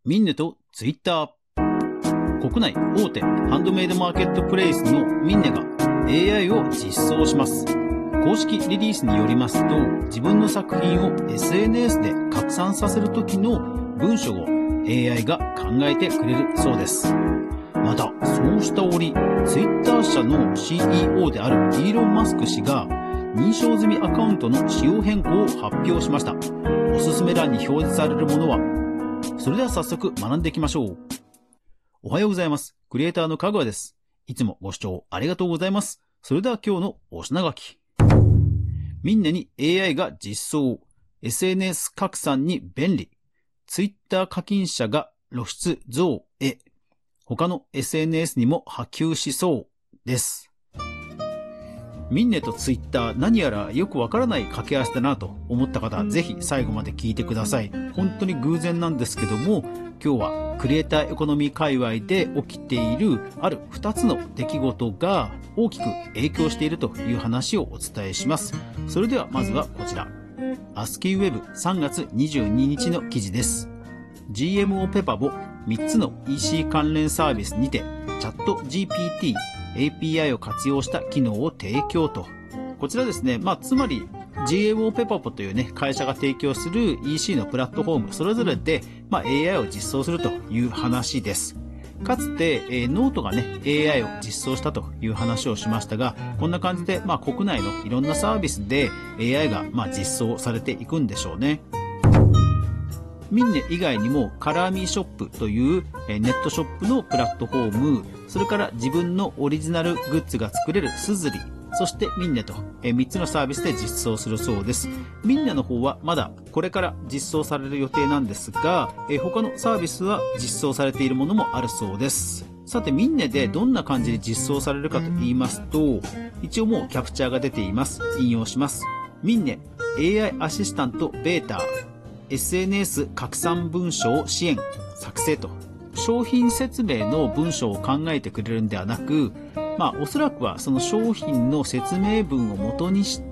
ミンネとツイッター。国内大手ハンドメイドマーケットプレイスのミンネが AI を実装します。公式リリースによりますと、自分の作品を SNS で拡散させるときの文章を AI が考えてくれるそうです。また、そうした折、ツイッター社の CEO であるイーロン・マスク氏が認証済みアカウントの仕様変更を発表しました。おすすめ欄に表示されるものは、それでは早速学んでいきましょう。おはようございます。クリエイターのかぐわです。いつもご視聴ありがとうございます。それでは今日のお品書き。ミンネに AI が実装。SNS 拡散に便利。Twitter 課金者が露出増へ。他の SNS にも波及しそうです。ミンネとツイッター、何やらよくわからない掛け合わせだなと思った方はぜひ最後まで聞いてください。本当に偶然なんですけども、今日はクリエイターエコノミー界隈で起きているある2つの出来事が大きく影響しているという話をお伝えします。それではまずはこちら。ASCIIWeb3 月22日の記事です。GMO ペパボ3つの EC 関連サービスにてチャット GPT API を活用した機能を提供と。こちらですね、つまり GMO ペパポというね、会社が提供する EC のプラットフォーム、それぞれで、AI を実装するという話です。かつて、ノートがね、AI を実装したという話をしましたが、こんな感じで、国内のいろんなサービスで AI が、実装されていくんでしょうね。ミンネ以外にもカラーミーショップというネットショップのプラットフォーム、それから自分のオリジナルグッズが作れるスズリ、そしてミンネと3つのサービスで実装するそうです。ミンネの方はまだこれから実装される予定なんですが、他のサービスは実装されているものもあるそうです。さてミンネでどんな感じで実装されるかと言いますと、一応もうキャプチャーが出ています。引用します。ミンネ AI アシスタントベータSNS 拡散文章支援作成と。商品説明の文章を考えてくれるんではなく、おそらくはその商品の説明文を元にして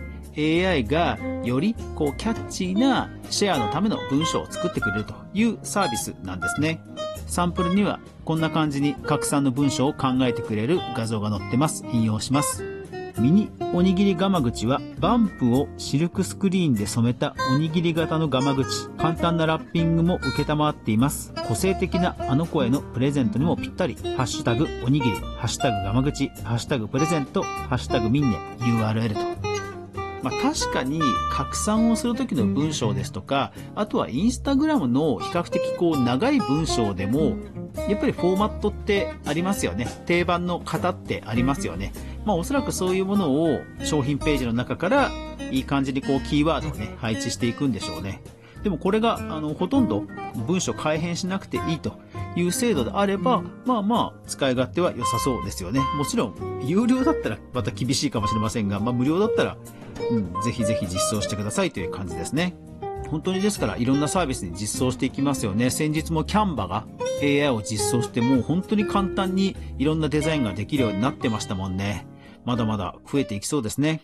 AI がよりキャッチーなシェアのための文章を作ってくれるというサービスなんですね。サンプルにはこんな感じに拡散の文章を考えてくれる画像が載ってます。引用します。ミニおにぎりガマ口はバンプをシルクスクリーンで染めたおにぎり型のガマ口。簡単なラッピングも受けたまわっています。個性的なあの子へのプレゼントにもぴったり。ハッシュタグおにぎり、ハッシュタグガマ口、ハッシュタグプレゼント、ハッシュタグミンネ、URL と。確かに拡散をする時の文章ですとか、あとはインスタグラムの比較的長い文章でも、やっぱりフォーマットってありますよね。定番の型ってありますよね。おそらくそういうものを商品ページの中からいい感じにキーワードをね、配置していくんでしょうね。でもこれが、ほとんど文章改変しなくていいという制度であれば、使い勝手は良さそうですよね。もちろん、有料だったらまた厳しいかもしれませんが、無料だったら、ぜひぜひ実装してくださいという感じですね。本当にですからいろんなサービスに実装していきますよね。先日もキャンバが AI を実装してもう本当に簡単にいろんなデザインができるようになってましたもんね。まだまだ増えていきそうですね。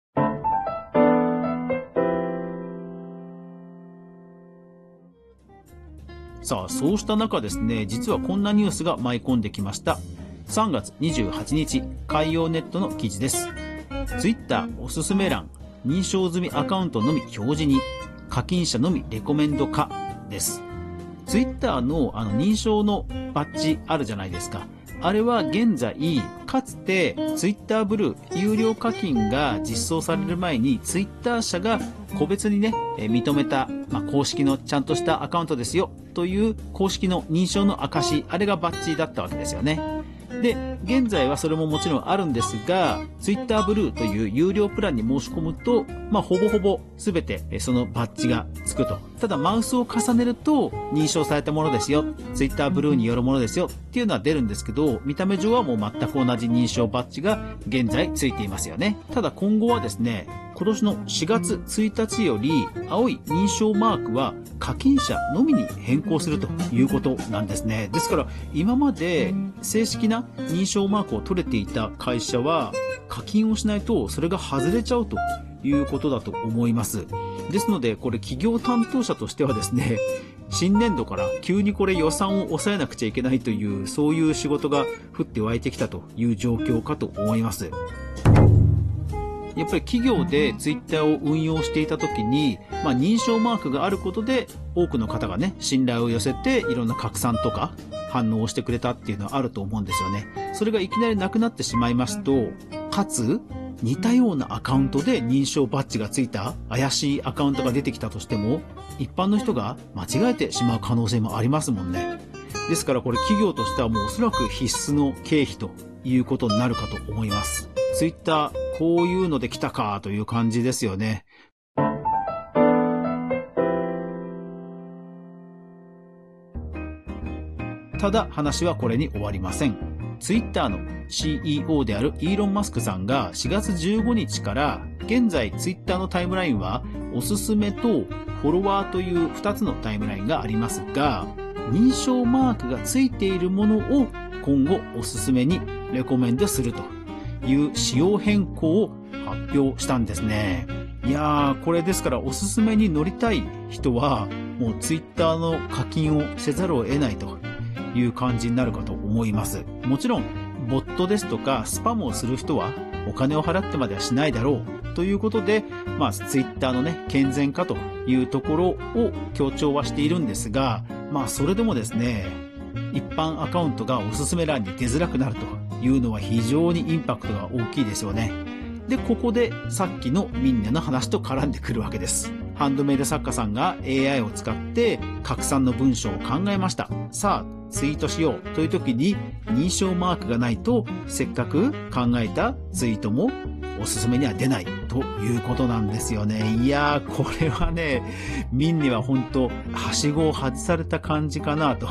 さあ、そうした中ですね、実はこんなニュースが舞い込んできました。3月28日、海洋ネットの記事です。Twitter おすすめ欄、認証済みアカウントのみ表示に、課金者のみレコメンド化です。Twitter の認証のバッジあるじゃないですか。あれは現在、かつて Twitter ブルー有料課金が実装される前に Twitter 社が個別にね、認めた、公式のちゃんとしたアカウントですよという公式の認証の証、あれがバッジだったわけですよね。で、現在はそれももちろんあるんですが、Twitter ブルーという有料プランに申し込むと、ほぼほぼ全てそのバッジがつくと。ただマウスを重ねると認証されたものですよ。Twitter ブルーによるものですよっていうのは出るんですけど、見た目上はもう全く同じ認証バッジが現在ついていますよね。ただ今後はですね、今年の4月1日より青い認証マークは課金者のみに変更するということなんですね。ですから今まで正式な認証マークを取れていた会社は課金をしないとそれが外れちゃうということだと思います。ですのでこれ企業担当者としてはですね、 新年度から急にこれ予算を抑えなくちゃいけないという、そういう仕事が降って湧いてきたという状況かと思います。やっぱり企業でツイッターを運用していた時に、認証マークがあることで多くの方がね、信頼を寄せていろんな拡散とか反応をしてくれたっていうのはあると思うんですよね。それがいきなりなくなってしまいますと、かつ似たようなアカウントで認証バッジがついた怪しいアカウントが出てきたとしても、一般の人が間違えてしまう可能性もありますもんね。ですからこれ企業としてはもうおそらく必須の経費ということになるかと思います。ツイッター、こういうので来たかという感じですよね。ただ話はこれに終わりません。ツイッターの CEO であるイーロン・マスクさんが4月15日から現在ツイッターのタイムラインはおすすめとフォロワーという2つのタイムラインがありますが、認証マークがついているものを今後おすすめにレコメンドするという仕様変更を発表したんですね。いやー、これですからおすすめに乗りたい人はもうツイッターの課金をせざるを得ないという感じになるかと思います。もちろんボットですとかスパムをする人はお金を払ってまではしないだろうということで、ツイッターのね、健全化というところを強調はしているんですが、それでもですね、一般アカウントがおすすめ欄に出づらくなるというのは非常にインパクトが大きいですよね。で、ここでさっきのミンネの話と絡んでくるわけです。ハンドメイド作家さんが AI を使って拡散の文章を考えました。さあ、ツイートしようという時に認証マークがないとせっかく考えたツイートもおすすめには出ないということなんですよね。いやー、これはね、ミンネは本当はしごを外された感じかなと。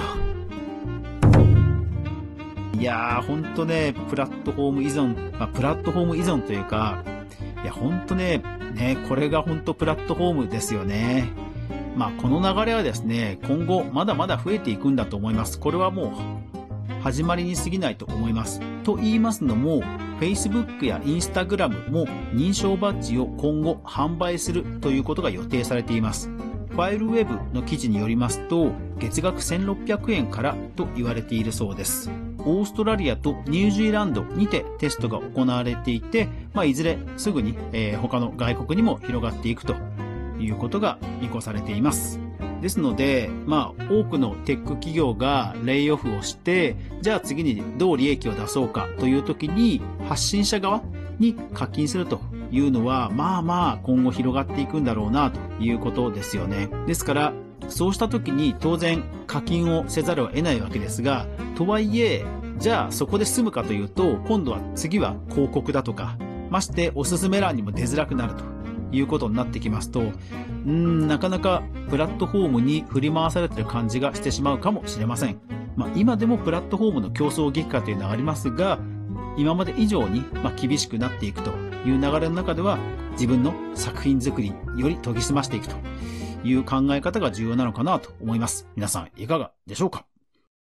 いやー、ほんとね、プラットフォーム依存というか、いや、ほんとね、これがほんとプラットフォームですよね。この流れはですね、今後まだまだ増えていくんだと思います。これはもう始まりに過ぎないと思います。と言いますのも、Facebook や Instagram も認証バッジを今後販売するということが予定されています。ファイルウェブの記事によりますと、月額1600円からと言われているそうです。オーストラリアとニュージーランドにてテストが行われていて、いずれすぐに、他の外国にも広がっていくということが見越されています。ですので、多くのテック企業がレイオフをして、じゃあ次にどう利益を出そうかという時に、発信者側に課金するというのは、今後広がっていくんだろうなということですよね。ですから、そうした時に当然課金をせざるを得ないわけですが、とはいえ、じゃあそこで済むかというと、今度は次は広告だとか、ましておすすめ欄にも出づらくなるということになってきますと、なかなかプラットフォームに振り回されている感じがしてしまうかもしれません。今でもプラットフォームの競争激化というのはありますが、今まで以上に厳しくなっていくという流れの中では、自分の作品作りより研ぎ澄ましていくという考え方が重要なのかなと思います。皆さんいかがでしょうか？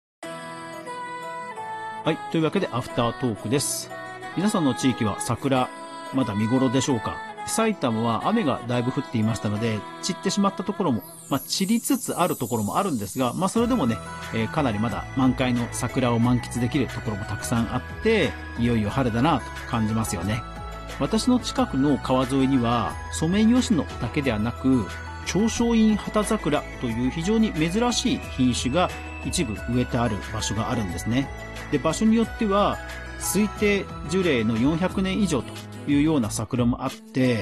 はい、というわけでアフタートークです。皆さんの地域は桜まだ見頃でしょうか？埼玉は雨がだいぶ降っていましたので、散ってしまったところも、散りつつあるところもあるんですが、それでもね、かなりまだ満開の桜を満喫できるところもたくさんあって、いよいよ春だなと感じますよね。私の近くの川沿いには、ソメイヨシノだけではなく、長松院畑桜という非常に珍しい品種が一部植えてある場所があるんですね。で、場所によっては、推定樹齢の400年以上というような桜もあって、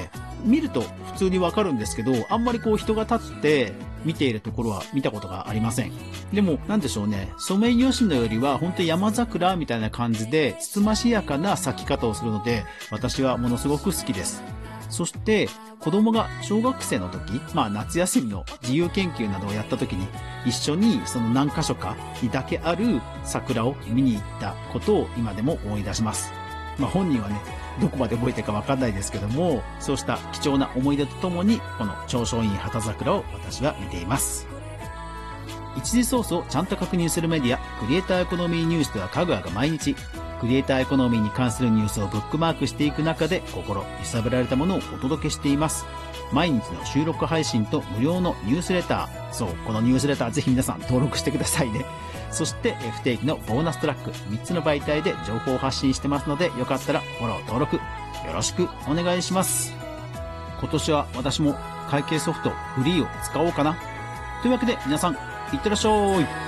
見ると普通にわかるんですけど、あんまり人が立って見ているところは見たことがありません。でも、なんでしょうね。ソメイヨシノよりは本当に山桜みたいな感じで、つつましやかな咲き方をするので、私はものすごく好きです。そして、子供が小学生の時、夏休みの自由研究などをやった時に、一緒にその何箇所かにだけある桜を見に行ったことを今でも思い出します。本人はね、どこまで覚えてるかわかんないですけども、そうした貴重な思い出とともに、この長松院畑桜を私は見ています。一時ソースをちゃんと確認するメディア、クリエイターエコノミーニュースではかぐわが毎日、クリエイターエコノミーに関するニュースをブックマークしていく中で心揺さぶられたものをお届けしています。 毎日の収録配信と無料のニュースレター。そう、このニュースレターぜひ皆さん登録してくださいね。そして不定期のボーナストラック、3つの媒体で情報を発信してますので、よかったらフォロー登録よろしくお願いします。今年は私も会計ソフトフリーを使おうかな。というわけで皆さん、いってらっしゃい。